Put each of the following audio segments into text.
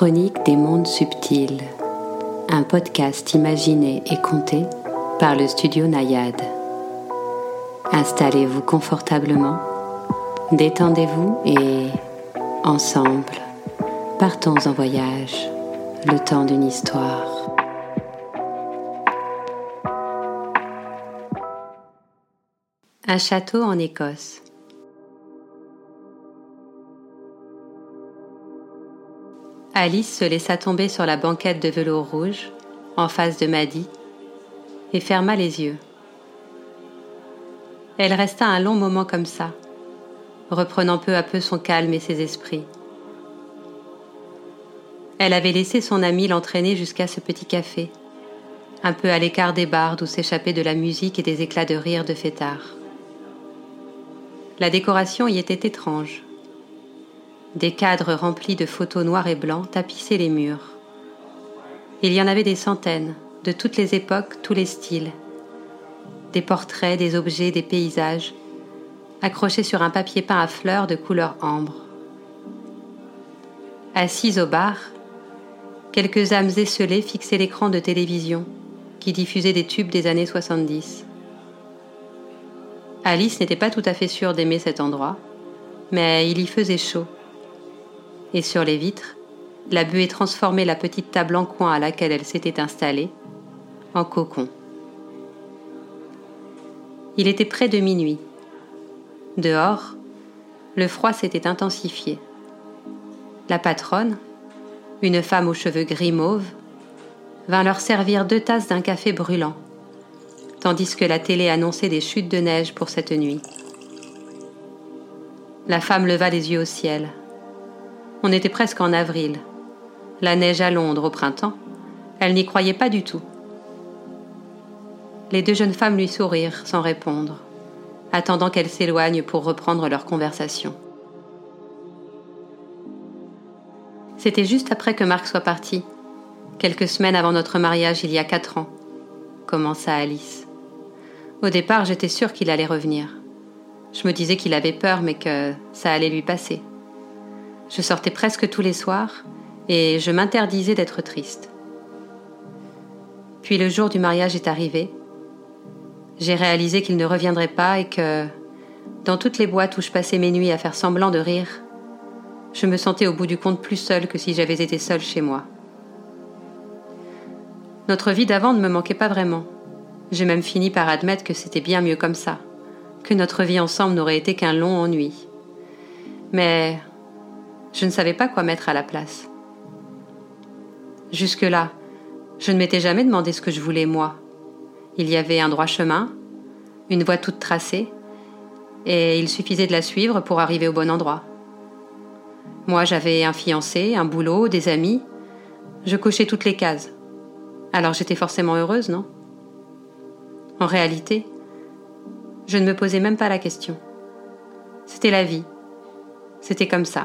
Chronique des mondes subtils, un podcast imaginé et conté par le studio Nayade. Installez-vous confortablement, détendez-vous et, ensemble, partons en voyage, le temps d'une histoire. Un château en Écosse. Alice se laissa tomber sur la banquette de velours rouge, en face de Maddie, et ferma les yeux. Elle resta un long moment comme ça, reprenant peu à peu son calme et ses esprits. Elle avait laissé son amie l'entraîner jusqu'à ce petit café, un peu à l'écart des bars d'où s'échappait de la musique et des éclats de rire de fêtards. La décoration y était étrange. Des cadres remplis de photos noires et blancs tapissaient les murs. Il y en avait des centaines, de toutes les époques, tous les styles. Des portraits, des objets, des paysages, accrochés sur un papier peint à fleurs de couleur ambre. Assises au bar, quelques âmes esselées fixaient l'écran de télévision qui diffusait des tubes des années 70. Alice n'était pas tout à fait sûre d'aimer cet endroit, mais il y faisait chaud. Et sur les vitres, la buée transformait la petite table en coin à laquelle elle s'était installée en cocon. Il était près de minuit. Dehors, le froid s'était intensifié. La patronne, une femme aux cheveux gris mauve, vint leur servir 2 tasses d'un café brûlant, tandis que la télé annonçait des chutes de neige pour cette nuit. La femme leva les yeux au ciel. On était presque en avril. La neige à Londres au printemps, elle n'y croyait pas du tout. Les 2 jeunes femmes lui sourirent sans répondre, attendant qu'elle s'éloigne pour reprendre leur conversation. C'était juste après que Marc soit parti, quelques semaines avant notre mariage il y a 4 ans, commença Alice. Au départ, j'étais sûre qu'il allait revenir. Je me disais qu'il avait peur, mais que ça allait lui passer. Je sortais presque tous les soirs et je m'interdisais d'être triste. Puis le jour du mariage est arrivé. J'ai réalisé qu'il ne reviendrait pas et que, dans toutes les boîtes où je passais mes nuits à faire semblant de rire, je me sentais au bout du compte plus seule que si j'avais été seule chez moi. Notre vie d'avant ne me manquait pas vraiment. J'ai même fini par admettre que c'était bien mieux comme ça, que notre vie ensemble n'aurait été qu'un long ennui. Mais je ne savais pas quoi mettre à la place. Jusque-là, je ne m'étais jamais demandé ce que je voulais moi. Il y avait un droit chemin, une voie toute tracée, et il suffisait de la suivre pour arriver au bon endroit. Moi, j'avais un fiancé, un boulot, des amis. Je cochais toutes les cases. Alors j'étais forcément heureuse, non ? En réalité, je ne me posais même pas la question. C'était la vie. C'était comme ça.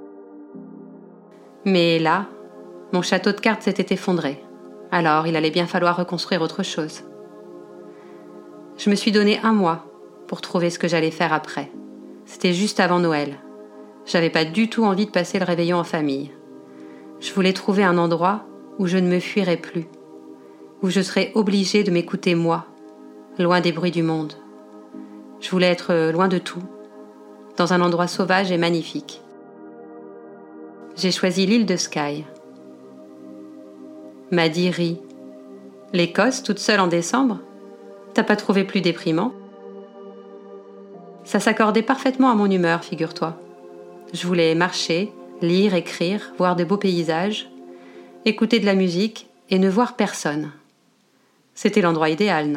Mais là, mon château de cartes s'était effondré. Alors, il allait bien falloir reconstruire autre chose. Je me suis donné 1 mois pour trouver ce que j'allais faire après. C'était juste avant Noël. J'avais pas du tout envie de passer le réveillon en famille. Je voulais trouver un endroit où je ne me fuirais plus, où je serais obligée de m'écouter moi, loin des bruits du monde. Je voulais être loin de tout, dans un endroit sauvage et magnifique. J'ai choisi l'île de Skye. Maddie rit. L'Écosse, toute seule en décembre ? T'as pas trouvé plus déprimant ? Ça s'accordait parfaitement à mon humeur, figure-toi. Je voulais marcher, lire, écrire, voir de beaux paysages, écouter de la musique et ne voir personne. C'était l'endroit idéal, non ?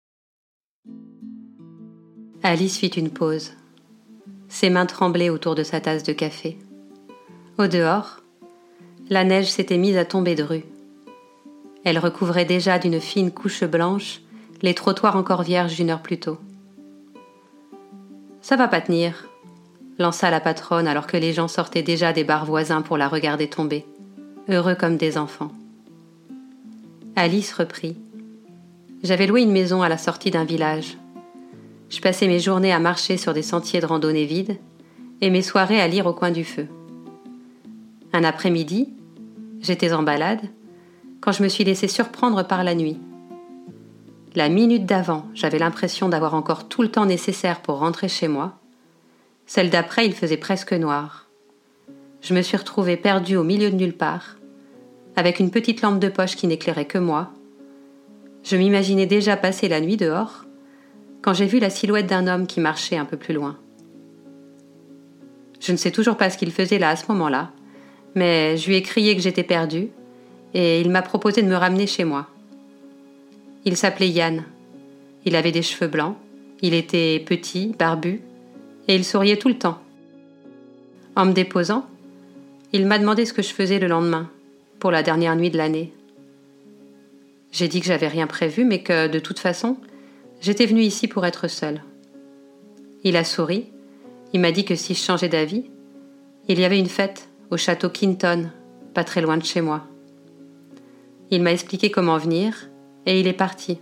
Alice fit une pause. Ses mains tremblaient autour de sa tasse de café. Au dehors, la neige s'était mise à tomber de rue. Elle recouvrait déjà d'une fine couche blanche les trottoirs encore vierges d'1 heure plus tôt. « Ça va pas tenir », lança la patronne alors que les gens sortaient déjà des bars voisins pour la regarder tomber, heureux comme des enfants. Alice reprit. « J'avais loué une maison à la sortie d'un village. Je passais mes journées à marcher sur des sentiers de randonnée vides et mes soirées à lire au coin du feu. Un après-midi, J'étais en balade quand je me suis laissée surprendre par la nuit. La minute d'avant, j'avais l'impression d'avoir encore tout le temps nécessaire pour rentrer chez moi. Celle d'après, il faisait presque noir. Je me suis retrouvée perdue au milieu de nulle part, avec une petite lampe de poche qui n'éclairait que moi. Je m'imaginais déjà passer la nuit dehors, quand j'ai vu la silhouette d'un homme qui marchait un peu plus loin. Je ne sais toujours pas ce qu'il faisait là à ce moment-là, mais je lui ai crié que j'étais perdue, et il m'a proposé de me ramener chez moi. Il s'appelait Yann. Il avait des cheveux blancs, il était petit, barbu, et il souriait tout le temps. En me déposant, il m'a demandé ce que je faisais le lendemain, pour la dernière nuit de l'année. J'ai dit que j'avais rien prévu, mais que, de toute façon, j'étais venue ici pour être seule. Il a souri, il m'a dit que si je changeais d'avis, il y avait une fête au château Quinton, pas très loin de chez moi. Il m'a expliqué comment venir, et il est parti.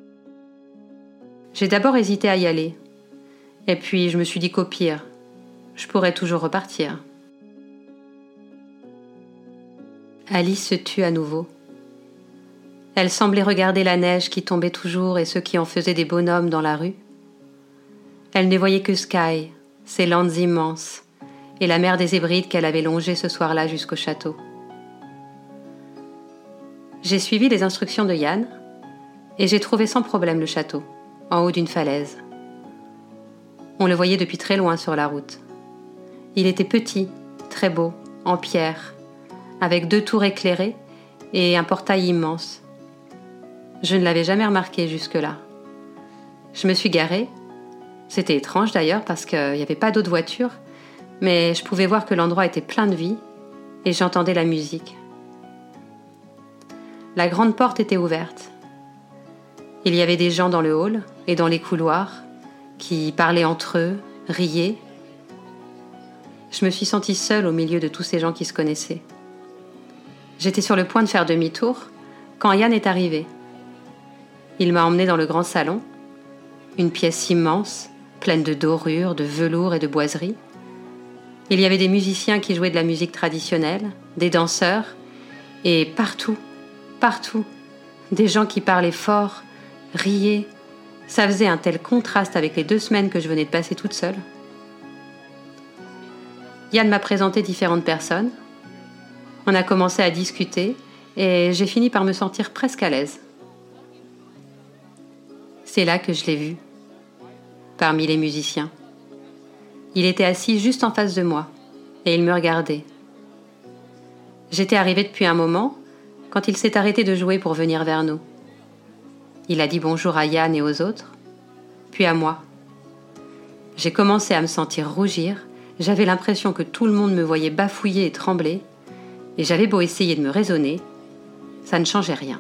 J'ai d'abord hésité à y aller, et puis je me suis dit qu'au pire, je pourrais toujours repartir. Alice se tut à nouveau. Elle semblait regarder la neige qui tombait toujours et ceux qui en faisaient des bonhommes dans la rue. Elle ne voyait que Skye, ses landes immenses, et la mer des Hébrides qu'elle avait longée ce soir-là jusqu'au château. J'ai suivi les instructions de Yann, et j'ai trouvé sans problème le château, en haut d'une falaise. On le voyait depuis très loin sur la route. Il était petit, très beau, en pierre, avec 2 tours éclairées et un portail immense. Je ne l'avais jamais remarqué jusque-là. Je me suis garée. C'était étrange d'ailleurs parce qu'il n'y avait pas d'autres voitures, mais je pouvais voir que l'endroit était plein de vie et j'entendais la musique. La grande porte était ouverte. Il y avait des gens dans le hall et dans les couloirs qui parlaient entre eux, riaient. Je me suis sentie seule au milieu de tous ces gens qui se connaissaient. J'étais sur le point de faire demi-tour quand Yann est arrivé. Il m'a emmenée dans le grand salon, une pièce immense, pleine de dorures, de velours et de boiseries. Il y avait des musiciens qui jouaient de la musique traditionnelle, des danseurs, et partout, des gens qui parlaient fort, riaient. Ça faisait un tel contraste avec les 2 semaines que je venais de passer toute seule. Yann m'a présenté différentes personnes. On a commencé à discuter et j'ai fini par me sentir presque à l'aise. C'est là que je l'ai vu, parmi les musiciens. Il était assis juste en face de moi et il me regardait. J'étais arrivée depuis un moment quand il s'est arrêté de jouer pour venir vers nous. Il a dit bonjour à Yann et aux autres, puis à moi. J'ai commencé à me sentir rougir, j'avais l'impression que tout le monde me voyait bafouiller et trembler, et j'avais beau essayer de me raisonner, ça ne changeait rien.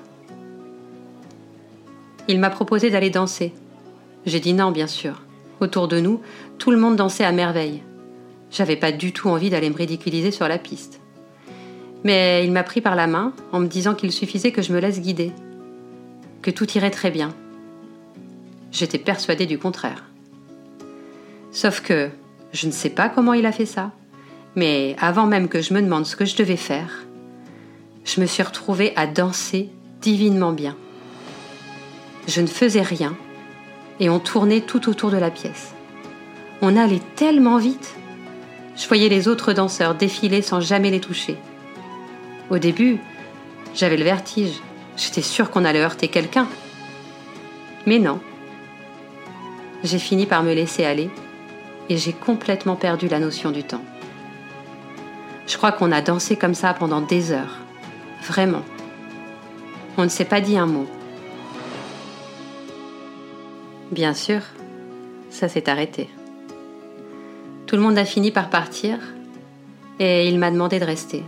Il m'a proposé d'aller danser. J'ai dit non, bien sûr. Autour de nous, tout le monde dansait à merveille. J'avais pas du tout envie d'aller me ridiculiser sur la piste. Mais il m'a pris par la main en me disant qu'il suffisait que je me laisse guider, que tout irait très bien. J'étais persuadée du contraire. Sauf que je ne sais pas comment il a fait ça, mais avant même que je me demande ce que je devais faire, je me suis retrouvée à danser divinement bien. Je ne faisais rien et on tournait tout autour de la pièce. On allait tellement vite. Je voyais les autres danseurs défiler sans jamais les toucher. Au début, j'avais le vertige. J'étais sûre qu'on allait heurter quelqu'un. Mais non. J'ai fini par me laisser aller et j'ai complètement perdu la notion du temps. Je crois qu'on a dansé comme ça pendant des heures. Vraiment. On ne s'est pas dit un mot. Bien sûr, ça s'est arrêté. Tout le monde a fini par partir et il m'a demandé de rester.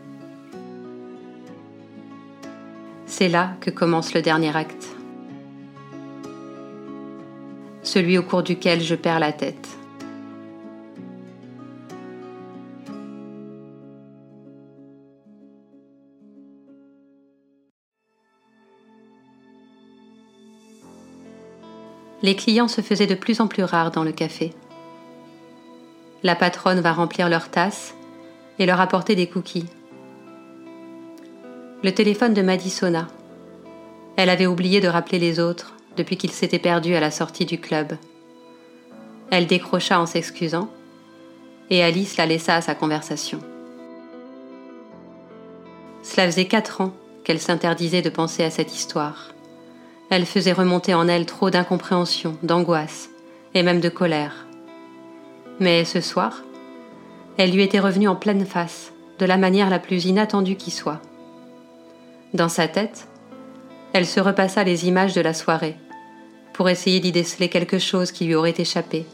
C'est là que commence le dernier acte. Celui au cours duquel je perds la tête. Les clients se faisaient de plus en plus rares dans le café. La patronne va remplir leurs tasses et leur apporter des cookies. le téléphone de Maddy sonna. Elle avait oublié de rappeler les autres depuis qu'ils s'étaient perdus à la sortie du club. Elle décrocha en s'excusant, et Alice la laissa à sa conversation. Cela faisait 4 ans qu'elle s'interdisait de penser à cette histoire. Elle faisait remonter en elle trop d'incompréhension, d'angoisse et même de colère. Mais ce soir, elle lui était revenue en pleine face, de la manière la plus inattendue qui soit. Dans sa tête, elle se repassa les images de la soirée pour essayer d'y déceler quelque chose qui lui aurait échappé.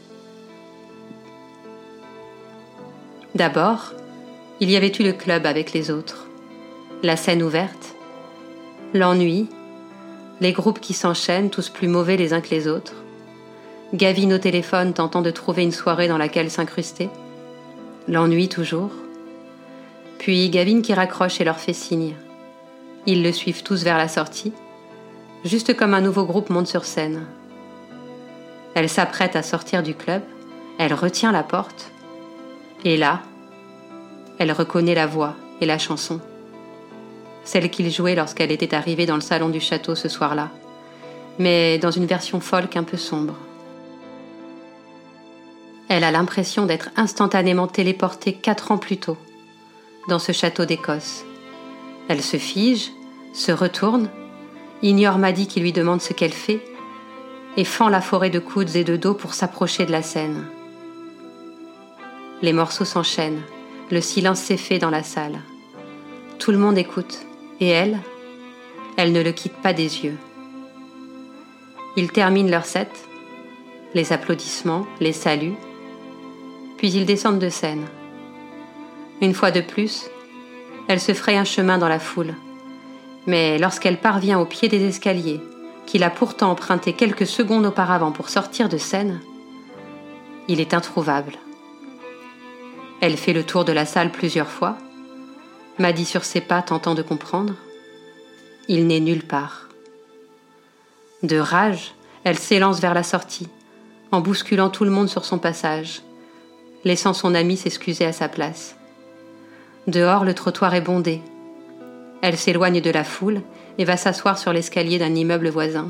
D'abord, il y avait eu le club avec les autres, la scène ouverte, l'ennui, les groupes qui s'enchaînent, tous plus mauvais les uns que les autres, Gavin au téléphone tentant de trouver une soirée dans laquelle s'incruster, l'ennui toujours, puis Gavin qui raccroche et leur fait signe. Ils le suivent tous vers la sortie, juste comme un nouveau groupe monte sur scène. Elle s'apprête à sortir du club, elle retient la porte, et là, elle reconnaît la voix et la chanson. Celle qu'il jouait lorsqu'elle était arrivée dans le salon du château ce soir-là, mais dans une version folk un peu sombre. Elle a l'impression d'être instantanément téléportée 4 ans plus tôt, dans ce château d'Écosse. Elle se fige, se retourne, ignore Maddy qui lui demande ce qu'elle fait, et fend la forêt de coudes et de dos pour s'approcher de la scène. Les morceaux s'enchaînent, le silence s'est fait dans la salle. Tout le monde écoute, et elle ne le quitte pas des yeux. Ils terminent leur set, les applaudissements, les saluts, puis ils descendent de scène. Une fois de plus, elle se fraye un chemin dans la foule, mais lorsqu'elle parvient au pied des escaliers, qu'il a pourtant emprunté quelques secondes auparavant pour sortir de scène, il est introuvable. Elle fait le tour de la salle plusieurs fois, Maddy sur ses pas tentant de comprendre. Il n'est nulle part. De rage, elle s'élance vers la sortie, en bousculant tout le monde sur son passage, laissant son amie s'excuser à sa place. Dehors, le trottoir est bondé. Elle s'éloigne de la foule et va s'asseoir sur l'escalier d'un immeuble voisin.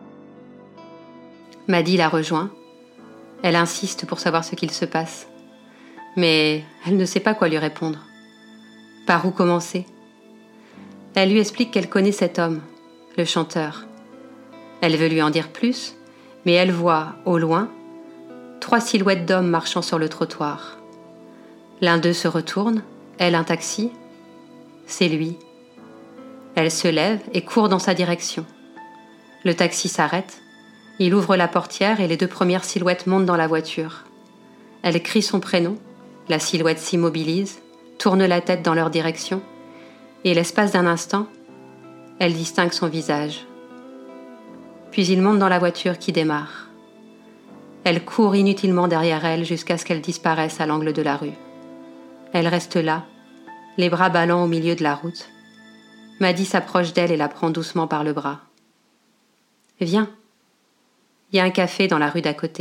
Maddy la rejoint. Elle insiste pour savoir ce qu'il se passe. Mais elle ne sait pas quoi lui répondre. Par où commencer ? Elle lui explique qu'elle connaît cet homme, le chanteur. Elle veut lui en dire plus, mais elle voit, au loin, 3 silhouettes d'hommes marchant sur le trottoir. L'un d'eux se retourne, elle un taxi. C'est lui. Elle se lève et court dans sa direction. Le taxi s'arrête, il ouvre la portière et les 2 premières silhouettes montent dans la voiture. Elle crie son prénom, la silhouette s'immobilise, tourne la tête dans leur direction, et l'espace d'un instant, elle distingue son visage. Puis il monte dans la voiture qui démarre. Elle court inutilement derrière elle jusqu'à ce qu'elle disparaisse à l'angle de la rue. Elle reste là, les bras ballants au milieu de la route. Maddy s'approche d'elle et la prend doucement par le bras. « Viens, il y a un café dans la rue d'à côté. »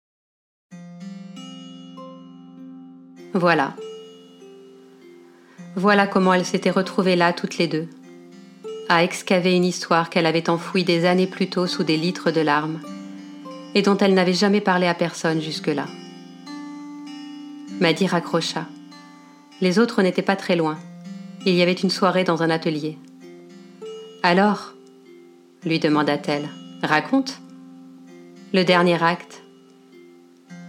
Voilà. Voilà comment elles s'étaient retrouvées là toutes les deux, à excaver une histoire qu'elle avait enfouie des années plus tôt sous des litres de larmes, et dont elle n'avait jamais parlé à personne jusque-là. Maddy raccrocha. Les autres n'étaient pas très loin. Il y avait une soirée dans un atelier. « Alors ?» lui demanda-t-elle. « Raconte. » « Le dernier acte. »« Alors ?»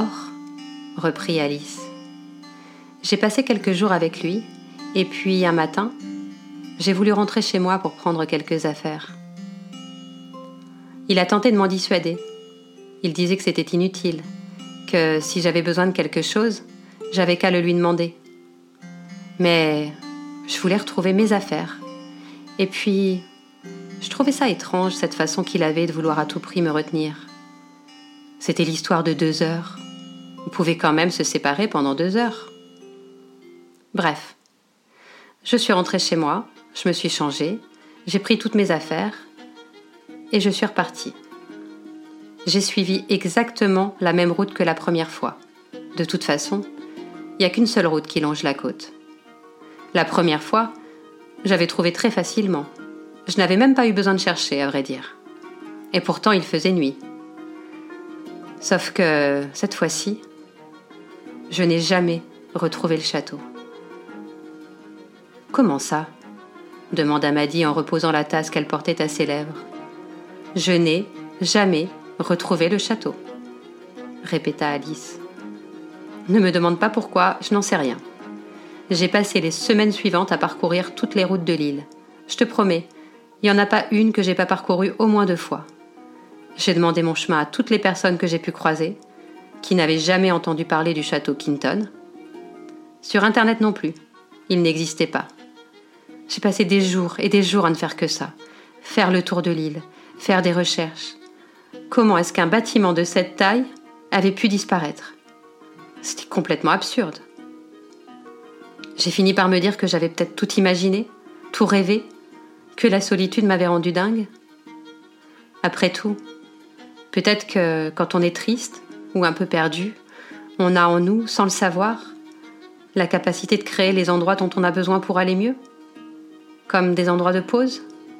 reprit Alice. « J'ai passé quelques jours avec lui, et puis un matin, j'ai voulu rentrer chez moi pour prendre quelques affaires. Il a tenté de m'en dissuader. Il disait que c'était inutile, que si j'avais besoin de quelque chose, j'avais qu'à le lui demander. Mais je voulais retrouver mes affaires. Et puis, je trouvais ça étrange, cette façon qu'il avait de vouloir à tout prix me retenir. C'était l'histoire de 2 heures. On pouvait quand même se séparer pendant 2 heures. Bref, je suis rentrée chez moi, je me suis changée, j'ai pris toutes mes affaires et je suis repartie. J'ai suivi exactement la même route que la première fois. De toute façon, il n'y a qu'une seule route qui longe la côte. La première fois, j'avais trouvé très facilement. Je n'avais même pas eu besoin de chercher, à vrai dire. Et pourtant, il faisait nuit. Sauf que, cette fois-ci, je n'ai jamais retrouvé le château. « Comment ça ?» demanda Maddy en reposant la tasse qu'elle portait à ses lèvres. « Je n'ai jamais retrouvé le château, » répéta Alice. « Ne me demande pas pourquoi, je n'en sais rien. J'ai passé les semaines suivantes à parcourir toutes les routes de l'île. Je te promets, il n'y en a pas une que j'ai pas parcourue au moins 2 fois. J'ai demandé mon chemin à toutes les personnes que j'ai pu croiser, qui n'avaient jamais entendu parler du château Quinton. Sur Internet non plus, il n'existait pas. J'ai passé des jours et des jours à ne faire que ça, faire le tour de l'île, faire des recherches. Comment est-ce qu'un bâtiment de cette taille avait pu disparaître ? C'était complètement absurde. J'ai fini par me dire que j'avais peut-être tout imaginé, tout rêvé, que la solitude m'avait rendu dingue. Après tout, peut-être que quand on est triste ou un peu perdu, on a en nous, sans le savoir, la capacité de créer les endroits dont on a besoin pour aller mieux, comme des endroits de pause.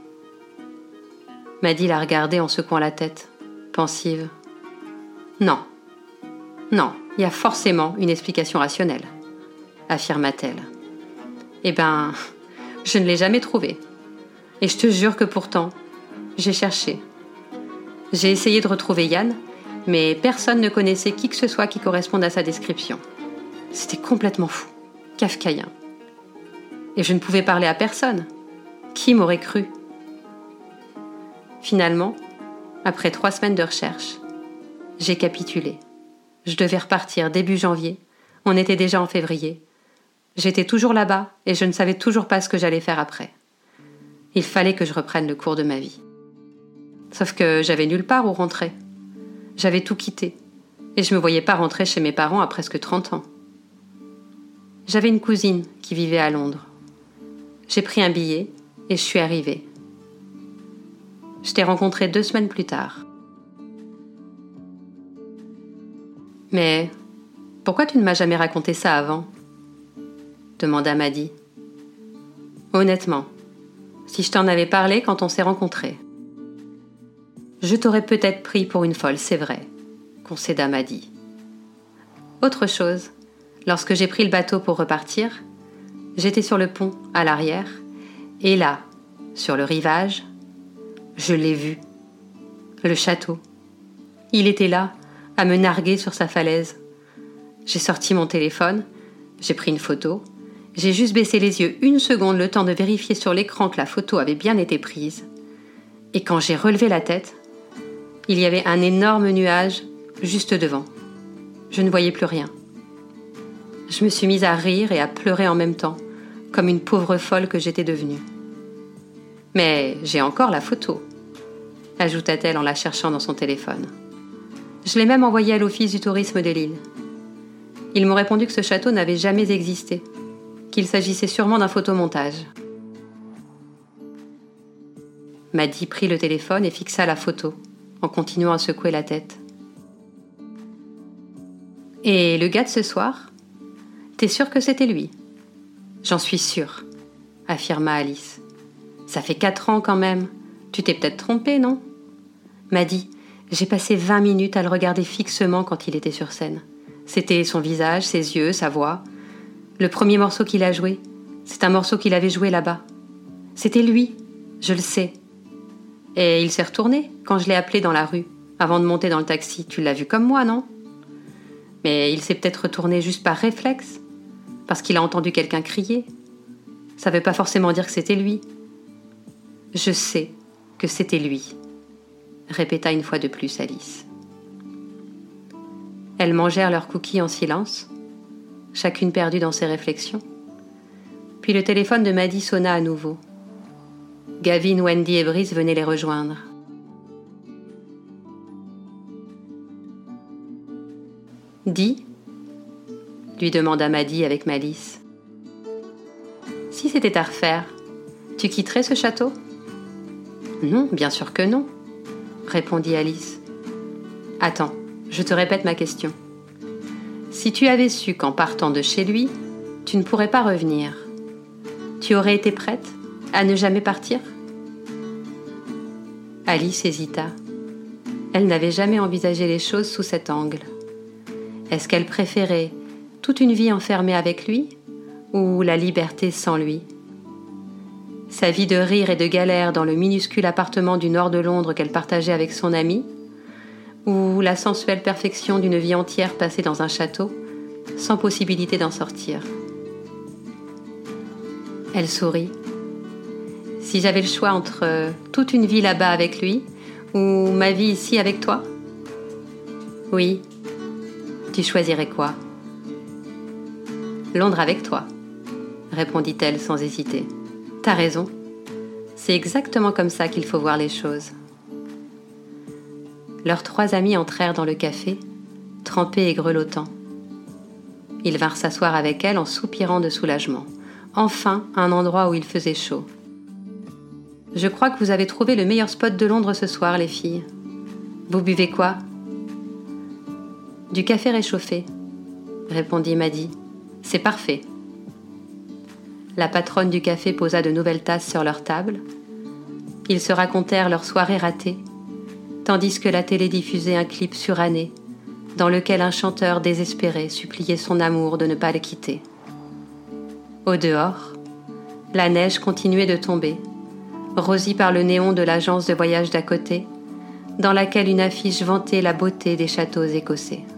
Maddy l'a regardée en secouant la tête, pensive. Non, il y a forcément une explication rationnelle, affirma-t-elle. Eh ben, je ne l'ai jamais trouvée. Et je te jure que pourtant, j'ai cherché. J'ai essayé de retrouver Yann, mais personne ne connaissait qui que ce soit qui corresponde à sa description. C'était complètement fou, kafkaïen. Et je ne pouvais parler à personne. Qui m'aurait cru ? Finalement, après 3 semaines de recherche, j'ai capitulé. Je devais repartir début janvier. On était déjà en février. J'étais toujours là-bas et je ne savais toujours pas ce que j'allais faire après. Il fallait que je reprenne le cours de ma vie. Sauf que j'avais nulle part où rentrer. J'avais tout quitté et je ne me voyais pas rentrer chez mes parents à presque 30 ans. J'avais une cousine qui vivait à Londres. J'ai pris un billet et je suis arrivée. Je t'ai rencontré 2 semaines plus tard. Mais pourquoi tu ne m'as jamais raconté ça avant ? Demanda Maddy. Honnêtement, si je t'en avais parlé quand on s'est rencontrés. Je t'aurais peut-être pris pour une folle, c'est vrai, concéda Maddy. Autre chose, lorsque j'ai pris le bateau pour repartir, j'étais sur le pont, à l'arrière, et là, sur le rivage, je l'ai vu. Le château. Il était là, à me narguer sur sa falaise. J'ai sorti mon téléphone, j'ai pris une photo, j'ai juste baissé les yeux 1 seconde le temps de vérifier sur l'écran que la photo avait bien été prise. Et quand j'ai relevé la tête, il y avait un énorme nuage juste devant. Je ne voyais plus rien. Je me suis mise à rire et à pleurer en même temps, comme une pauvre folle que j'étais devenue. Mais j'ai encore la photo, ajouta-t-elle en la cherchant dans son téléphone. Je l'ai même envoyée à l'office du tourisme de l'île. Ils m'ont répondu que ce château n'avait jamais existé, qu'il s'agissait sûrement d'un photomontage. Maddy prit le téléphone et fixa la photo, en continuant à secouer la tête. « Et le gars de ce soir ? T'es sûre que c'était lui ? » ?»« J'en suis sûre, » affirma Alice. « Ça fait 4 ans quand même. Tu t'es peut-être trompée, non ? » Maddy, j'ai passé 20 minutes à le regarder fixement quand il était sur scène. C'était son visage, ses yeux, sa voix. Le premier morceau qu'il a joué, c'est un morceau qu'il avait joué là-bas. C'était lui, je le sais. Et il s'est retourné quand je l'ai appelé dans la rue, avant de monter dans le taxi. Tu l'as vu comme moi, non ? Mais il s'est peut-être retourné juste par réflexe, parce qu'il a entendu quelqu'un crier. Ça ne veut pas forcément dire que c'était lui. Je sais que c'était lui, répéta une fois de plus Alice. Elles mangèrent leurs cookies en silence, chacune perdue dans ses réflexions. Puis le téléphone de Maddy sonna à nouveau. Gavin, Wendy et Brice venaient les rejoindre. « Dis » lui demanda Maddy avec malice. « Si c'était à refaire, tu quitterais ce château ?»« Non, bien sûr que non, » répondit Alice. « Attends, je te répète ma question. Si tu avais su qu'en partant de chez lui, tu ne pourrais pas revenir, tu aurais été prête À ne jamais partir ? Alice hésita. Elle n'avait jamais envisagé les choses sous cet angle. Est-ce qu'elle préférait toute une vie enfermée avec lui ou la liberté sans lui ? Sa vie de rire et de galère dans le minuscule appartement du nord de Londres qu'elle partageait avec son ami, ou la sensuelle perfection d'une vie entière passée dans un château, sans possibilité d'en sortir. Elle sourit. Si j'avais le choix entre toute une vie là-bas avec lui, ou ma vie ici avec toi ? Oui. Tu choisirais quoi ? Londres avec toi, répondit-elle sans hésiter. T'as raison. C'est exactement comme ça qu'il faut voir les choses. Leurs 3 amis entrèrent dans le café, trempés et grelottants. Ils vinrent s'asseoir avec elle en soupirant de soulagement. Enfin, un endroit où il faisait chaud. « Je crois que vous avez trouvé le meilleur spot de Londres ce soir, les filles. Vous buvez quoi ?»« Du café réchauffé, » répondit Maddy. « C'est parfait. » La patronne du café posa de nouvelles tasses sur leur table. Ils se racontèrent leur soirée ratée, tandis que la télé diffusait un clip suranné, dans lequel un chanteur désespéré suppliait son amour de ne pas le quitter. Au dehors, la neige continuait de tomber, rosie par le néon de l'agence de voyage d'à côté, dans laquelle une affiche vantait la beauté des châteaux écossais.